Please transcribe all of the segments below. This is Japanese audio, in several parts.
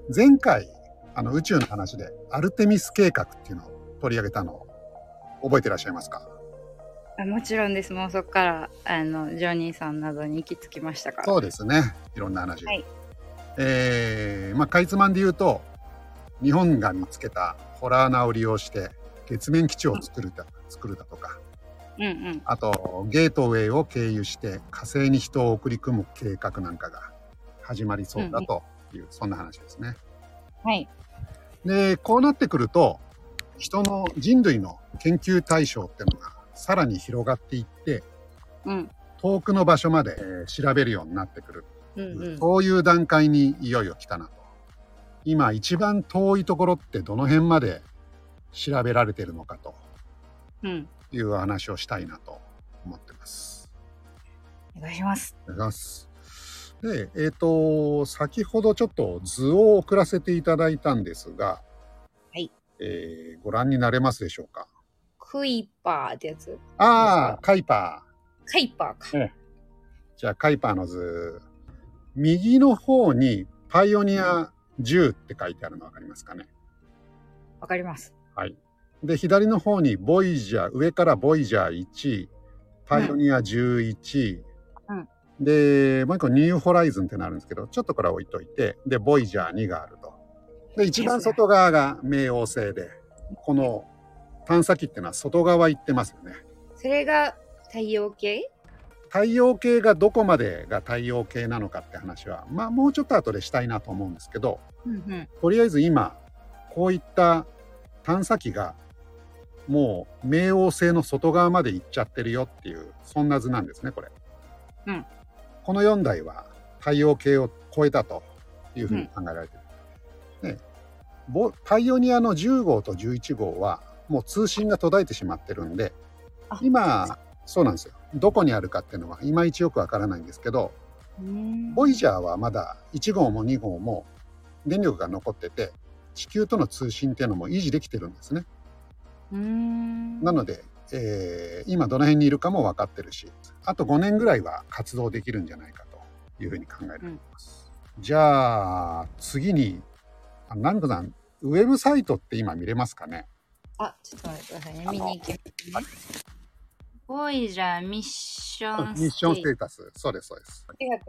前回宇宙の話でアルテミス計画っていうのを取り上げたのを覚えてらっしゃいますか？ もちろんです。もうそこからジョニーさんなどに行き着きましたから。 そうですね。いろんな話。 はい。 かいつまんで言うと、日本が見つけたホラー穴を利用して月面基地を作るだとか、あとゲートウェイを経由して火星に人を送り込む計画なんかが始まりそうだという、そんな話ですね。 はい。 で、こうなってくると、人類の研究対象っていうのがさらに広がっていって、遠くの場所まで調べるようになってくる。そういう段階にいよいよ来たなと。今一番遠いところってどの辺まで調べられてるのかという話をしたいなと思ってます。 お願いします。 お願いします。で、先ほどちょっと図を送らせていただいたんですが、 はい。 ご覧になれますでしょうか？ クイパーってやつ？ カイパー。カイパーか。 じゃあカイパーの図、右の方にパイオニア10って書いてあるの分かりますかね？ わかります。 はい。で、左の方にボイジャー、上からボイジャー1、パイオニア11、で、もう一個ニューホライズンってなるんですけど、ちょっとこれ置いといて、で、ボイジャー2があると。で、一番外側が冥王星で、この探査機っていうのは外側行ってますよね。 それが太陽系？ 太陽系がどこまでが太陽系なのかって話は、もうちょっと後でしたいなと思うんですけど、とりあえず今、こういった探査機がもう冥王星の外側まで行っちゃってるよっていう、そんな図なんですね、これ。この4台は太陽系を超えたというふうに考えられている。で、パイオニアの10号と11号はもう通信が途絶えてしまってるんで、今、そうなんですよ。どこにあるかっていうのはいまいちよくわからないんですけど、ボイジャーはまだ1号も2号も電力が残ってて、地球との通信っていうのも維持できてるんですね。なので、今どの辺にいるかも分かってるし、あと5年ぐらいは活動できるんじゃないかというふうに考えられています。じゃあ次に、ナミコさん、ウェブサイトって今見れますかね？ ちょっと待ってくださいね。見に行きますね。ボイジャーミッションステータス。そうです、そうです。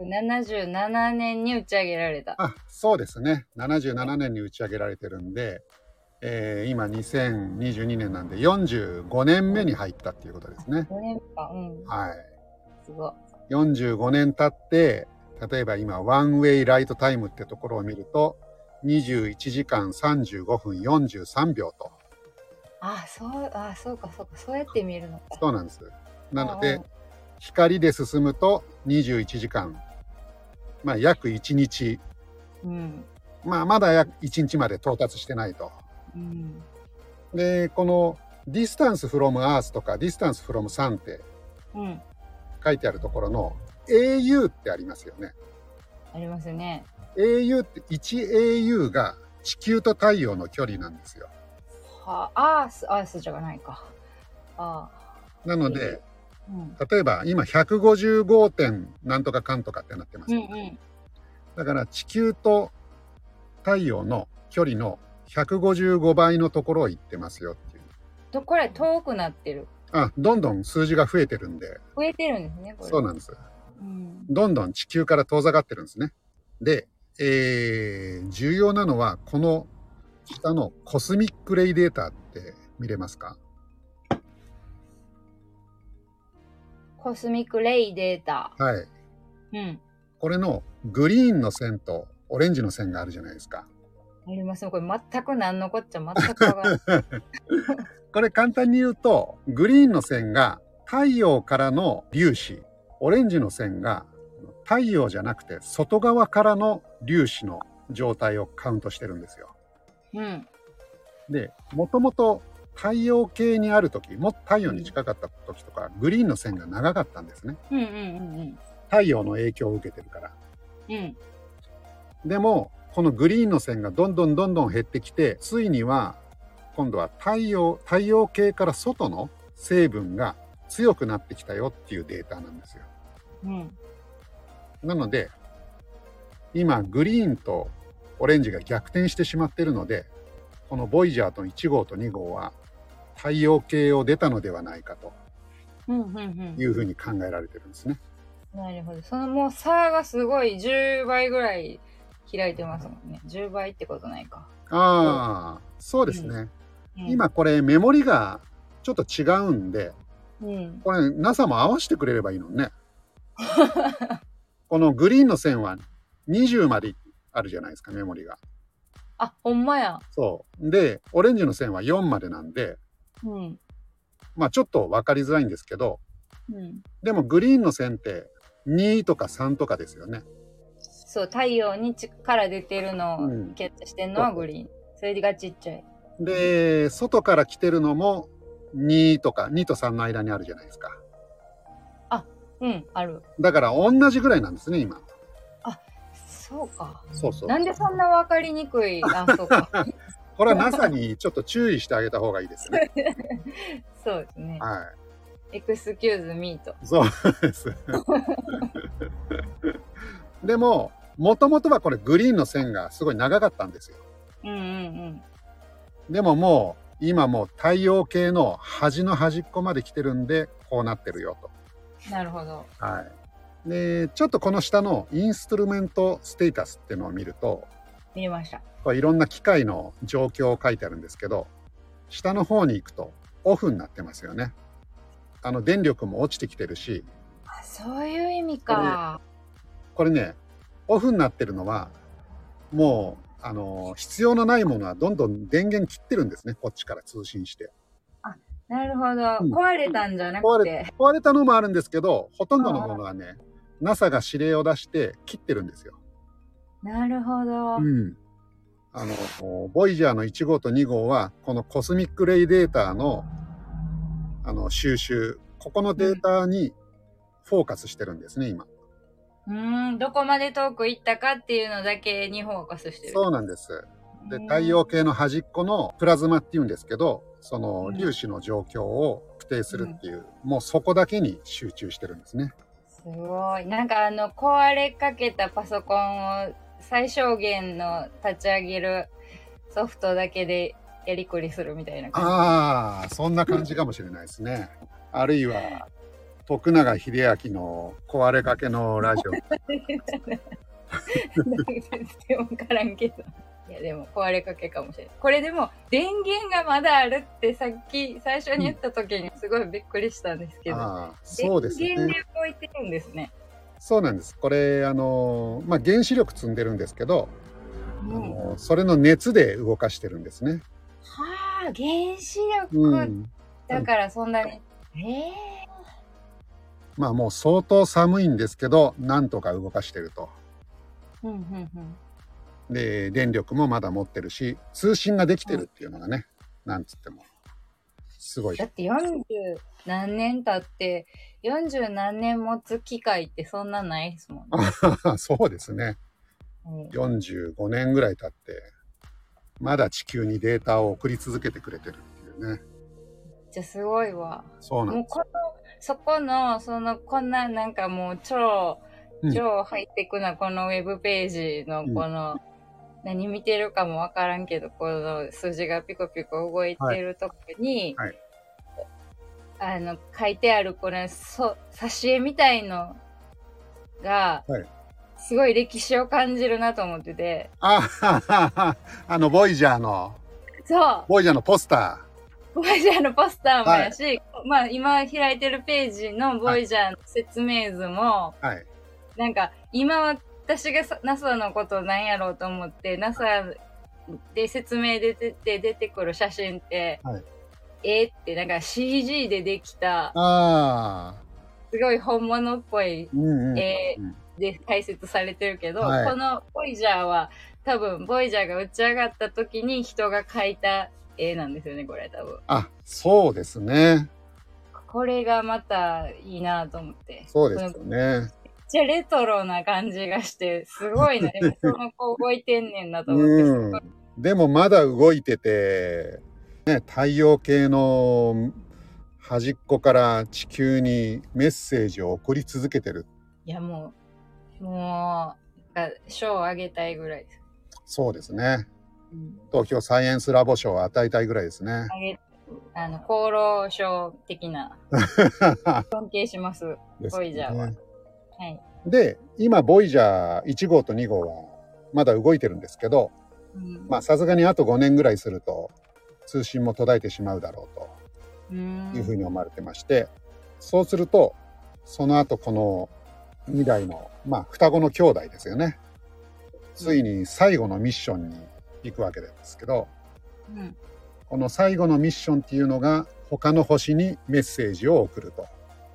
1977年に打ち上げられた。 そうですね。77年に打ち上げられてるんで、今2022年なんで45年目に入ったっていうことですね。 5年か。 はい。 すごい。 45年経って、例えば今ワンウェイライトタイムってところを見ると21時間35分43秒と。 そうか。そうやって見えるのか。 そうなんです。なので、光で進むと21時間、約1日、まだ約1日まで到達してないと。で、このディスタンスフロムアースとかディスタンスフロムサンって書いてあるところの AU ってありますよね。 ありますね。 AU って1AU が地球と太陽の距離なんですよ。 アースじゃないか。 なので、例えば今155点なんとかかんとかってなってますよね。だから地球と太陽の距離の155倍のところを行ってますよっていう。 これ遠くなってる。 どんどん数字が増えてるんで。 増えてるんですね、これ。 そうなんです。どんどん地球から遠ざかってるんですね。で、重要なのはこの下のコスミックレイデータって見れますか？ コスミックレイデータ。 はい。これのグリーンの線とオレンジの線があるじゃないですか。 ありますね。これ全く何のこっちゃ全くわからない。 これ簡単に言うと、グリーンの線が太陽からの粒子、オレンジの線が太陽じゃなくて外側からの粒子の状態をカウントしてるんですよ。で、もともと太陽系にある時、もっと太陽に近かった時とか、グリーンの線が長かったんですね。太陽の影響を受けてるから。でもこのグリーンの線がどんどん減ってきて、ついには今度は太陽系から外の成分が強くなってきたよっていうデータなんですよ。なので今グリーンとオレンジが逆転してしまっているので、このボイジャーと1号と2号は太陽系を出たのではないかというふうに考えられてるんですね。 なるほど。そのもう差がすごい10倍ぐらい開いてますもんね。10倍ってことないか。 ああ、そうですね。今これメモリがちょっと違うんで、これ NASA も合わせてくれればいいのね。このグリーンの線は20まであるじゃないですか、メモリが。 あ、ほんまや。 そう。で、オレンジの線は4までなんで、まあちょっと分かりづらいんですけど、でもグリーンの線って2とか3とかですよね。 そう、太陽にから出てるのをキャッチしてるのはグリーン。それがちっちゃい。 で、外から来てるのも2とか、2と3の間にあるじゃないですか。 あ、ある。 だから同じぐらいなんですね、今。 あ、そうか。 そうそう。 なんでそんな分かりにくい。あ、そうか。 これは NASA にちょっと注意してあげた方がいいですね。 そうですね。 はい。 エクスキューズミート。 そうです。でも、もともとはこれグリーンの線がすごい長かったんですよ。でももう、今もう太陽系の端の端っこまで来てるんで、こうなってるよと。 なるほど。 はい。で、ちょっとこの下のインストゥルメントステータスっていうのを見ると、 見ました。 これいろんな機械の状況を書いてあるんですけど、下の方に行くとオフになってますよね。電力も落ちてきてるし。 あ、そういう意味か。 これね、オフになってるのは、もう、必要のないものはどんどん電源切ってるんですね。こっちから通信して。 あ、なるほど。壊れたんじゃなくて。 壊れたのもあるんですけど、ほとんどのものはね、NASA が指令を出して切ってるんですよ。 なるほど。 ボイジャーの1号と2号は、このコスミックレイデータの、収集、ここのデータにフォーカスしてるんですね、今。 どこまで遠く行ったかっていうのだけにフォーカスしてる。 そうなんです。で、太陽系の端っこのプラズマっていうんですけど、その粒子の状況を特定するっていう、もうそこだけに集中してるんですね。 すごい。なんか壊れかけたパソコンを最小限の立ち上げるソフトだけでやりくりするみたいな感じ。 ああ、そんな感じかもしれないですね。あるいは、徳永英明の壊れかけのラジオ。 全然わからんけど。いや、でも壊れかけかもしれない。これでも、電源がまだあるってさっき最初に言った時にすごいびっくりしたんですけど。 そうですね。 電源で置いてるんですね。 そうなんです。これ、原子力積んでるんですけど、それの熱で動かしてるんですね。 はあ、原子力、だからそんなに。 まあもう相当寒いんですけど、なんとか動かしてると。で、電力もまだ持ってるし、通信ができてるっていうのがね、なんつっても、すごい。 だって40何年経って、40何年持つ機械ってそんなないですもんね。そうですね。45年ぐらい経って、まだ地球にデータを送り続けてくれてるっていうね。 じゃすごいわ。 そうなんです。 もうそこの、こんななんかもう超ハイテクなこのウェブページのこの、何見てるかもわからんけど、この数字がピコピコ動いてるとこに、書いてあるこれ、挿絵みたいのが、すごい歴史を感じるなと思ってて。 ボイジャーの。 そう。 ボイジャーのポスター。 ボイジャーのポスターもやし、まあ今開いてるページのボイジャーの説明図も、なんか今私が NASA のことなんやろうと思って、NASA で説明で出てくる写真って、ってなんか CG でできた、すごい本物っぽい絵で解説されてるけど、このボイジャーは多分ボイジャーが打ち上がった時に人が描いた絵なんですよね、これ多分。 そうですね。 これがまたいいなと思って。 そうですよね。 めっちゃレトロな感じがして、すごいな。でもその子動いてんねんなと思って。 でもまだ動いてて、ね、太陽系の端っこから地球にメッセージを送り続けてる。 いやもう、賞をあげたいぐらいです。 そうですね。東京サイエンスラボ賞を与えたいぐらいですね。 厚労省的な尊敬します、ボイジャーは。はい。 で、今ボイジャー1号と2号はまだ動いてるんですけど、まあさすがにあと5年ぐらいすると通信も途絶えてしまうだろうというふうに思われてまして、そうするとその後この2代のまあ双子の兄弟ですよね。ついに最後のミッションに行くわけですけど、この最後のミッションっていうのが他の星にメッセージを送ると。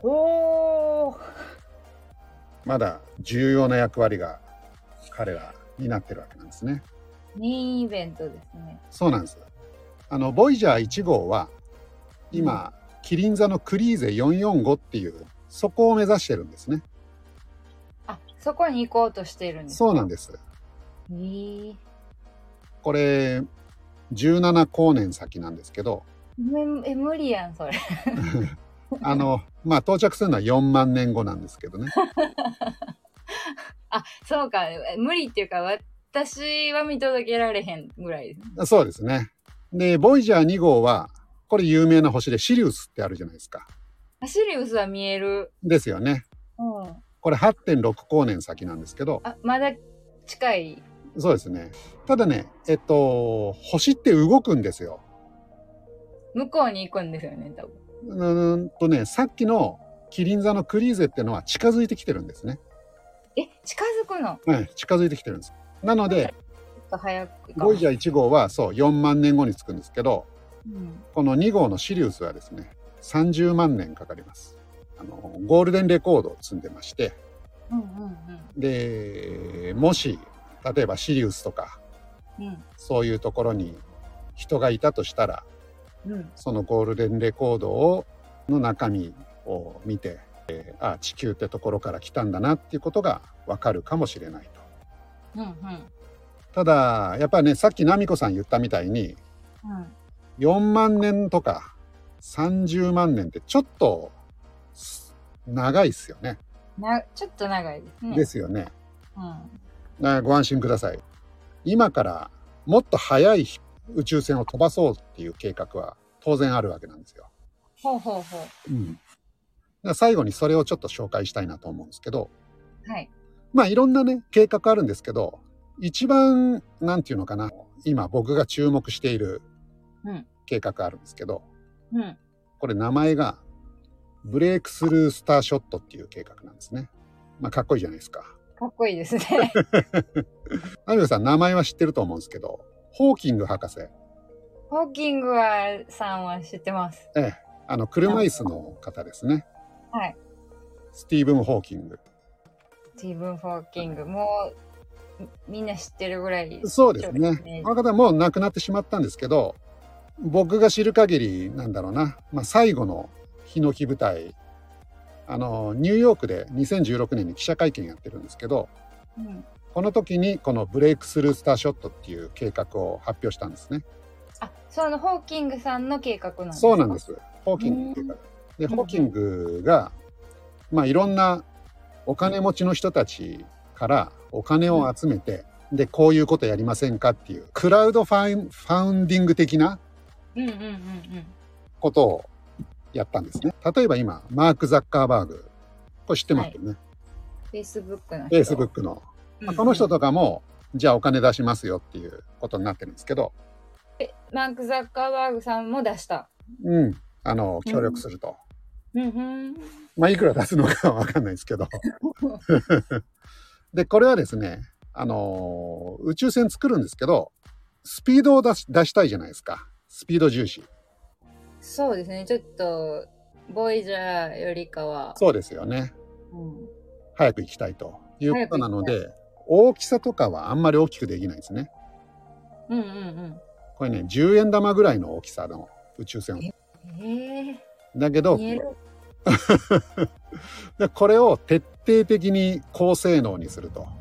まだ重要な役割が彼らになってるわけなんですね。 メインイベントですね。 そうなんです。ボイジャー1号は今、キリン座のクリーゼ445っていうそこを目指してるんですね。 あ、そこに行こうとしているんですか？ そうなんです。これ17光年先なんですけど、 無理やんそれまあ到着するのは4万年後なんですけどねあ、そうか、無理っていうか私は見届けられへんぐらいです。 そうですね。でボイジャー2号はこれ有名な星でシリウスってあるじゃないですか。 シリウスは見えるですよね。これ 8.6 光年先なんですけど、 まだ近い。 そうですね。ただね、星って動くんですよ。 向こうに行くんですよね、多分。 さっきのキリン座のクリーゼっていうのは近づいてきてるんですね。 近づくの？ はい、近づいてきてるんです。なので、 早くボイジャー1号はそう4万年後に着くんですけど、この2号のシリウスはですね、30万年かかります。ゴールデンレコードを積んでまして、でもし例えばシリウスとか、そういうところに人がいたとしたら、そのゴールデンレコードの中身を見て、地球ってところから来たんだなっていうことがわかるかもしれないと。ただやっぱりね、さっき奈美子さん言ったみたいに、4万年とか30万年ってちょっと長いですよね。 ちょっと長いですね。 ですよね。ご安心ください。今からもっと早い宇宙船を飛ばそうっていう計画は当然あるわけなんですよ。 だから最後にそれをちょっと紹介したいなと思うんですけど、 まあいろんなね計画あるんですけど、一番なんていうのかな、今僕が注目している計画あるんですけど、これ名前がブレイクスルースターショットっていう計画なんですね。まあかっこいいじゃないですか。 かっこいいですね。 ナミコさん名前は知ってると思うんですけど、ホーキング博士。 ホーキングさんは知ってます。 車椅子の方ですね。スティーブン・ホーキング。もうみんな知ってるぐらい。 そうですね。この方もう亡くなってしまったんですけど、僕が知る限りなんだろうな、最後のヒノキ舞台、ニューヨークで2016年に記者会見やってるんですけど、この時にこのブレイクスルースターショットっていう計画を発表したんですね。 そのホーキングさんの計画なんですか？ そうなんです。ホーキングの計画で、ホーキングがいろんなお金持ちの人たちからお金を集めて、でこういうことやりませんかっていうクラウドファウンディング的なことをやったんですね。例えば今マーク・ザッカーバーグ、これ知ってますよね。 フェイスブックのこの人とかもじゃあお金出しますよっていうことになってるんですけど、 マーク・ザッカーバーグさんも出した。 協力すると。いくら出すのかは分かんないですけどでこれはですね、宇宙船作るんですけど、スピードを出したいじゃないですか。スピード重視。 そうですね。ちょっとボイジャーよりかは。 そうですよね。早く行きたいということなので、大きさとかはあんまり大きくできないですね。これね、10円玉ぐらいの大きさの宇宙船を。だけどこれを徹底的に高性能にすると。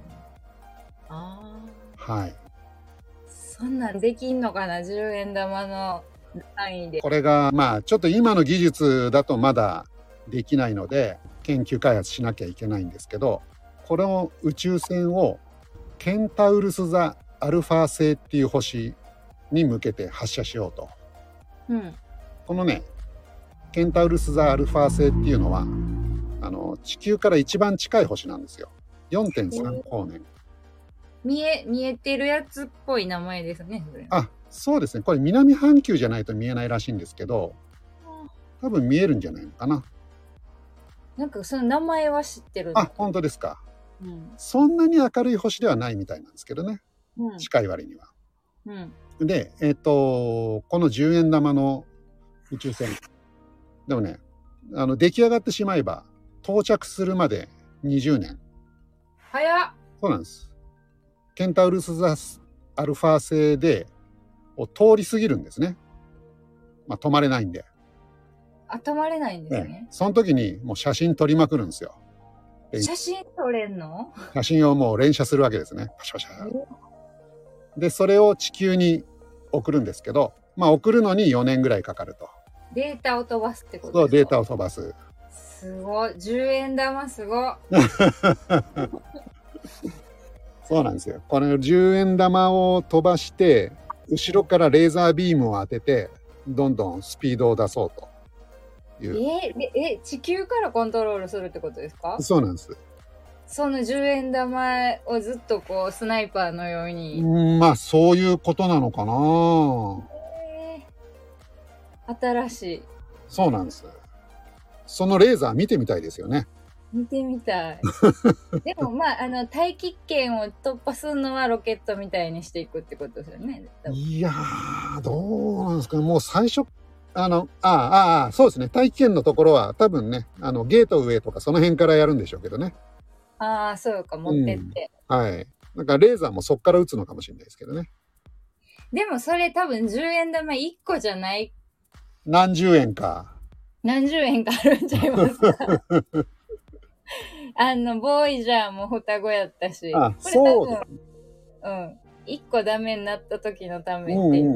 そんなんできんのかな、10円玉の単位で。 これがちょっと今の技術だとまだできないので研究開発しなきゃいけないんですけど、この宇宙船をケンタウルス座アルファ星っていう星に向けて発射しようと、このねケンタウルス座アルファ星っていうのは地球から一番近い星なんですよ。 4.3 光年。 見えてるやつっぽい名前ですね。 そうですね。これ南半球じゃないと見えないらしいんですけど、多分見えるんじゃないのかな。 なんかその名前は知ってる。 本当ですか。そんなに明るい星ではないみたいなんですけどね、近い割には。でこの10円玉の宇宙船でもね、出来上がってしまえば到着するまで20年。 早っ。 そうなんです。ケンタウルス座アルファ星で通り過ぎるんですね。止まれないんで。 止まれないんですね。 その時にもう写真撮りまくるんですよ。 写真撮れんの？ 写真をもう連写するわけですね。パシャパシャ。でそれを地球に送るんですけど、送るのに4年ぐらいかかると。 データを飛ばすってことですか？そう、 データを飛ばす。 すごい。10円玉すごそうなんですよ。この10円玉を飛ばして後ろからレーザービームを当ててどんどんスピードを出そうという。 地球からコントロールするってことですか？ そうなんです。 その10円玉をずっとこうスナイパーのように。 そういうことなのかな。 新しい。 そうなんです。そのレーザー見てみたいですよね。 見てみたい。でも大気圏を突破するのはロケットみたいにしていくってことですよね。 いやー、どうなんですかね。もう最初そうですね。大気圏のところは多分ね、ゲート上とかその辺からやるんでしょうけどね。 そうか、持ってって。 はい。なんかレーザーもそっから撃つのかもしれないですけどね。でもそれ多分10円玉1個じゃない。 何十円か。 何十円かあるんちゃいますか。ボーイジャーも双子やったし。 そうですね。1個ダメになった時のためっていう。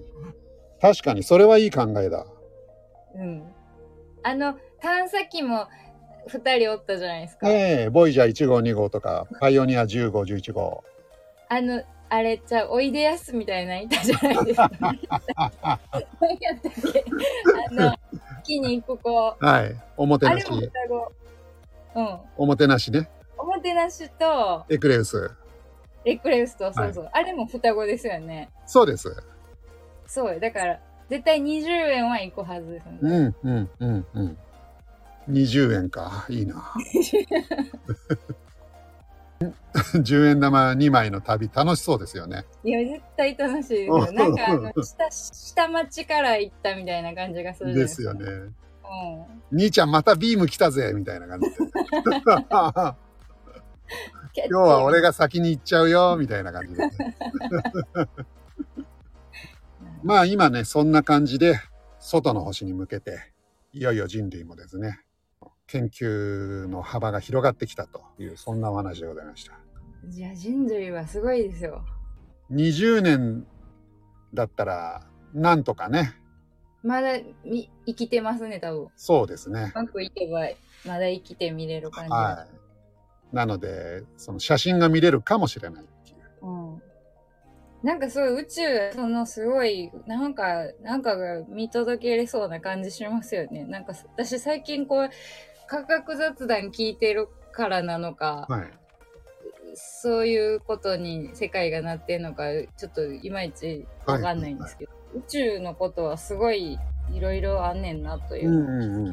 確かに、それはいい考えだ。 探査機も2人おったじゃないですか。 ボイジャー1号2号とかパイオニア10号11号。 あれおいでやすみたいないたじゃないですか。何やったっけ。月に行く子。 おもてなし。おもてなしね。 おもてなしとエクレウスと、そうそう、あれも双子ですよね。 そうです。 そうだから絶対20円は行くはずですね。 20円か、いいな。10円玉2枚の旅楽しそうですよね。 いや絶対楽しいですよ。なんか下町から行ったみたいな感じがするですよね。兄ちゃんまたビーム来たぜみたいな感じで。今日は俺が先に行っちゃうよみたいな感じで、今ねそんな感じで外の星に向けていよいよ人類もですね研究の幅が広がってきたという、そんなお話でございました。 じゃあ人類はすごいですよ。 20年だったらなんとかね。 まだ生きてますね多分。 そうですね。 うまくいけばまだ生きて見れる感じ。 なのでその写真が見れるかもしれないっていう。 なんかそう宇宙すごいなんかが見届けれそうな感じしますよね。なんか私最近科学雑談聞いてるからなのか、そういうことに世界がなってんのかちょっといまいちわかんないんですけど、宇宙のことはすごいいろいろあんねんなという。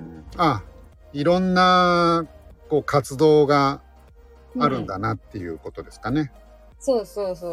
いろんな活動があるんだなっていうことですかね。 そうそうそう。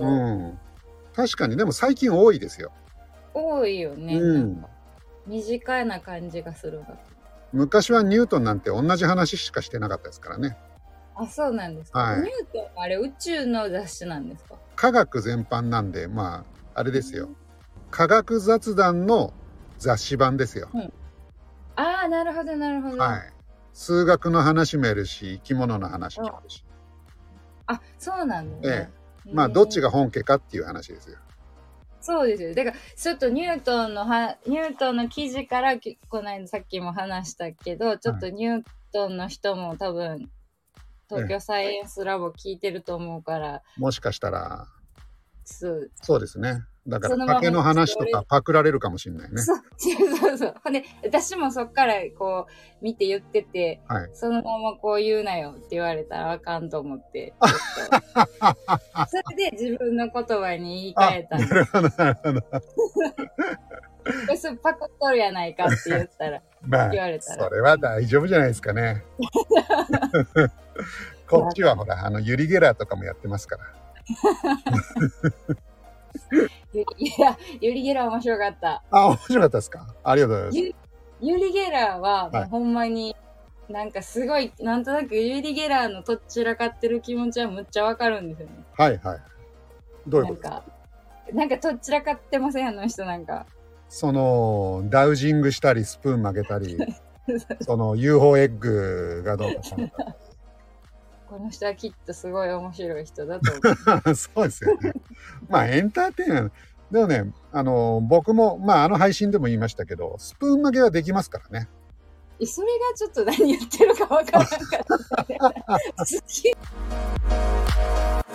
確かにでも最近多いですよ。 多いよね。なんか身近な感じがするな。 昔はニュートンなんて同じ話しかしてなかったですからね。 そうなんですか。ニュートンあれ宇宙の雑誌なんですか。 科学全般なんであれですよ。科学雑談の雑誌版ですよ。 なるほどなるほど。 数学の話もやるし生き物の話もあるし。 そうなんだね。 どっちが本家かっていう話ですよ。 そうですよ。だからちょっとニュートンの記事からこの間さっきも話したけど、ちょっとニュートンの人も多分東京サイエンスラボ聞いてると思うから、 もしかしたらそうですね。だから、竹の話とかパクられるかもしれないね。 そう。ほんで、私もそっからこう、見て言ってて、はい、そのままこう言うなよって言われたらあかんと思って、それで自分の言葉に言い換えた。なるほど、なるほど。それパクっとるやないかって言ったら、 まあ、言われたら。それは大丈夫じゃないですかね。こっちはほら、ユリ・ゲラーとかもやってますから。 ユリ・ゲラー面白かった。 あ、面白かったですか？ありがとうございます。 ユリ・ゲラーは、もうほんまに、なんかすごい、なんとなくユリ・ゲラーのとっちらかってる気持ちはむっちゃわかるんですよね。 はいはい。どういうことですか？ なんかとっちらかってません？あの人なんか。 ダウジングしたり、スプーン曲げたり、UFO エッグがどうかしたのか。 この人はきっとすごい面白い人だと思う。そうですよね。まあエンターテイナー。でもね、僕も、まあ配信でも言いましたけど、スプーン曲げはできますからね。 それがちょっと何言ってるかわからんかった。